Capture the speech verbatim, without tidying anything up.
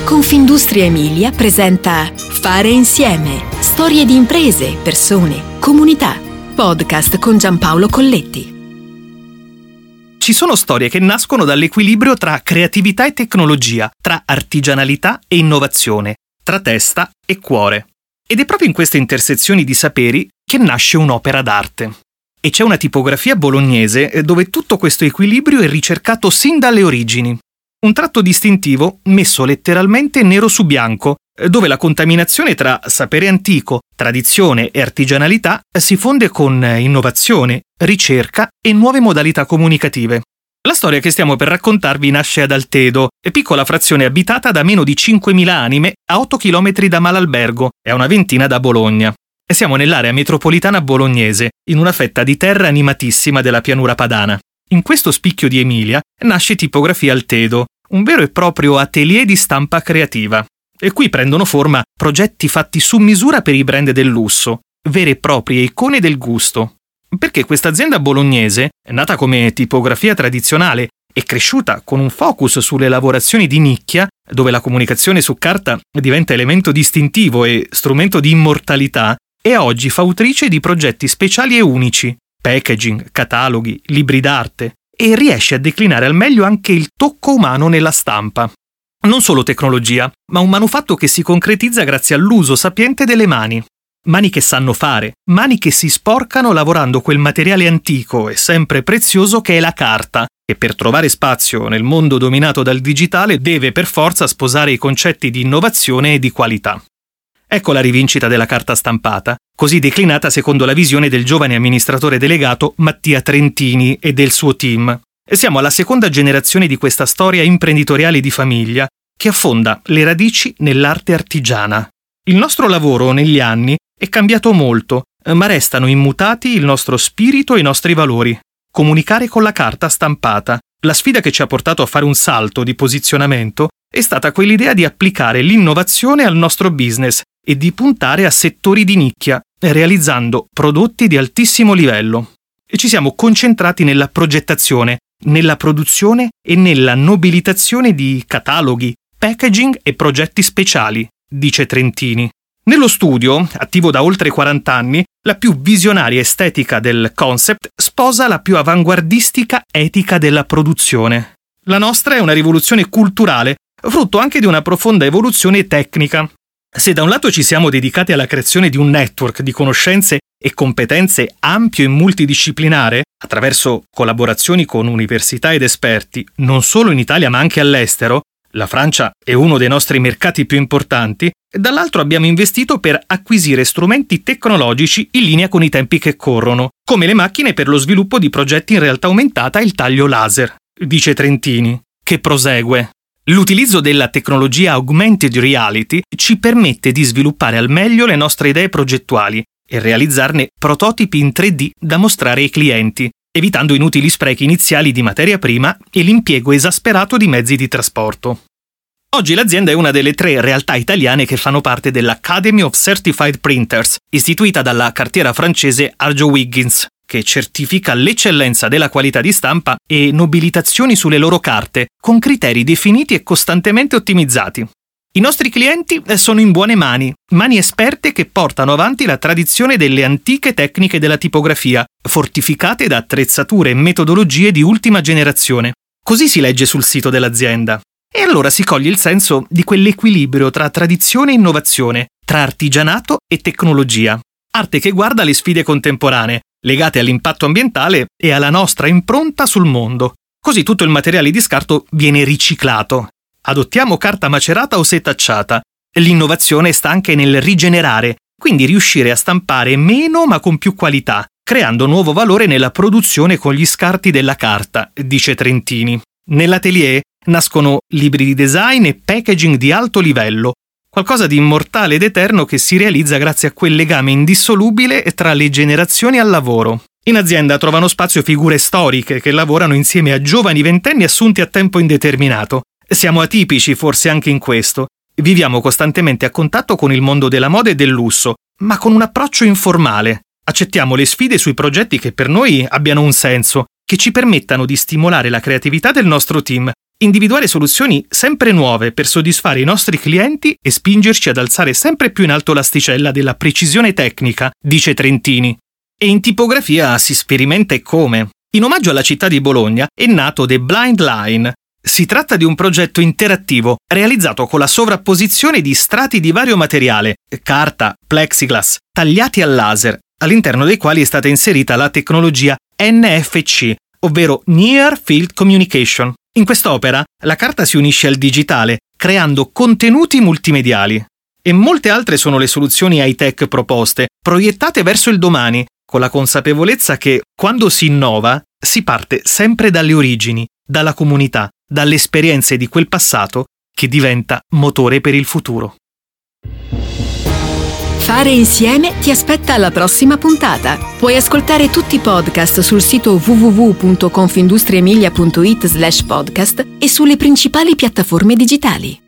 Confindustria Emilia presenta Fare insieme. Storie di imprese, persone, comunità. Podcast con Giampaolo Colletti. Ci sono storie che nascono dall'equilibrio tra creatività e tecnologia, tra artigianalità e innovazione, tra testa e cuore. Ed è proprio in queste intersezioni di saperi che nasce un'opera d'arte. E c'è una tipografia bolognese dove tutto questo equilibrio è ricercato sin dalle origini. Un tratto distintivo messo letteralmente nero su bianco, dove la contaminazione tra sapere antico, tradizione e artigianalità si fonde con innovazione, ricerca e nuove modalità comunicative. La storia che stiamo per raccontarvi nasce ad Altedo, piccola frazione abitata da meno di cinquemila anime a otto chilometri da Malalbergo e a una ventina da Bologna. E siamo nell'area metropolitana bolognese, in una fetta di terra animatissima della pianura padana. In questo spicchio di Emilia nasce Tipografia Altedo, un vero e proprio atelier di stampa creativa. E qui prendono forma progetti fatti su misura per i brand del lusso, vere e proprie icone del gusto. Perché questa azienda bolognese, nata come tipografia tradizionale e cresciuta con un focus sulle lavorazioni di nicchia, dove la comunicazione su carta diventa elemento distintivo e strumento di immortalità, è oggi fautrice di progetti speciali e unici, packaging, cataloghi, libri d'arte, e riesce a declinare al meglio anche il tocco umano nella stampa. Non solo tecnologia, ma un manufatto che si concretizza grazie all'uso sapiente delle mani. Mani che sanno fare, mani che si sporcano lavorando quel materiale antico e sempre prezioso che è la carta, che per trovare spazio nel mondo dominato dal digitale deve per forza sposare i concetti di innovazione e di qualità. Ecco la rivincita della carta stampata, così declinata secondo la visione del giovane amministratore delegato Mattia Trentini e del suo team. E siamo alla seconda generazione di questa storia imprenditoriale di famiglia che affonda le radici nell'arte artigiana. Il nostro lavoro negli anni è cambiato molto, ma restano immutati il nostro spirito e i nostri valori. Comunicare con la carta stampata. La sfida che ci ha portato a fare un salto di posizionamento è stata quell'idea di applicare l'innovazione al nostro business e di puntare a settori di nicchia, realizzando prodotti di altissimo livello. E ci siamo concentrati nella progettazione, nella produzione e nella nobilitazione di cataloghi, packaging e progetti speciali, dice Trentini. Nello studio, attivo da oltre quaranta anni, la più visionaria estetica del concept sposa la più avanguardistica etica della produzione. La nostra è una rivoluzione culturale, frutto anche di una profonda evoluzione tecnica. Se da un lato ci siamo dedicati alla creazione di un network di conoscenze e competenze ampio e multidisciplinare, attraverso collaborazioni con università ed esperti, non solo in Italia ma anche all'estero, la Francia è uno dei nostri mercati più importanti, e dall'altro abbiamo investito per acquisire strumenti tecnologici in linea con i tempi che corrono, come le macchine per lo sviluppo di progetti in realtà aumentata e il taglio laser, dice Trentini, che prosegue. L'utilizzo della tecnologia augmented reality ci permette di sviluppare al meglio le nostre idee progettuali e realizzarne prototipi in tre D da mostrare ai clienti, evitando inutili sprechi iniziali di materia prima e l'impiego esasperato di mezzi di trasporto. Oggi l'azienda è una delle tre realtà italiane che fanno parte dell'Academy of Certified Printers, istituita dalla cartiera francese Arjo Wiggins, che certifica l'eccellenza della qualità di stampa e nobilitazioni sulle loro carte, con criteri definiti e costantemente ottimizzati. I nostri clienti sono in buone mani, mani esperte che portano avanti la tradizione delle antiche tecniche della tipografia, fortificate da attrezzature e metodologie di ultima generazione. Così si legge sul sito dell'azienda. E allora si coglie il senso di quell'equilibrio tra tradizione e innovazione, tra artigianato e tecnologia. Arte che guarda le sfide contemporanee, legate all'impatto ambientale e alla nostra impronta sul mondo. Così tutto il materiale di scarto viene riciclato. Adottiamo carta macerata o setacciata. L'innovazione sta anche nel rigenerare, quindi riuscire a stampare meno ma con più qualità, creando nuovo valore nella produzione con gli scarti della carta, dice Trentini. Nell'atelier nascono libri di design e packaging di alto livello, qualcosa di immortale ed eterno che si realizza grazie a quel legame indissolubile tra le generazioni al lavoro. In azienda trovano spazio figure storiche che lavorano insieme a giovani ventenni assunti a tempo indeterminato. Siamo atipici forse anche in questo. Viviamo costantemente a contatto con il mondo della moda e del lusso, ma con un approccio informale. Accettiamo le sfide sui progetti che per noi abbiano un senso, che ci permettano di stimolare la creatività del nostro team individuare soluzioni sempre nuove per soddisfare i nostri clienti e spingerci ad alzare sempre più in alto l'asticella della precisione tecnica, dice Trentini. E in tipografia si sperimenta e come. In omaggio alla città di Bologna è nato The Blind Line. Si tratta di un progetto interattivo realizzato con la sovrapposizione di strati di vario materiale, carta, plexiglass, tagliati al laser, all'interno dei quali è stata inserita la tecnologia N F C, ovvero Near Field Communication. In quest'opera la carta si unisce al digitale, creando contenuti multimediali. E molte altre sono le soluzioni high-tech proposte, proiettate verso il domani, con la consapevolezza che, quando si innova, si parte sempre dalle origini, dalla comunità, dalle esperienze di quel passato che diventa motore per il futuro. Fare insieme ti aspetta alla prossima puntata. Puoi ascoltare tutti i podcast sul sito w w w punto confindustriemilia punto it slash podcast e sulle principali piattaforme digitali.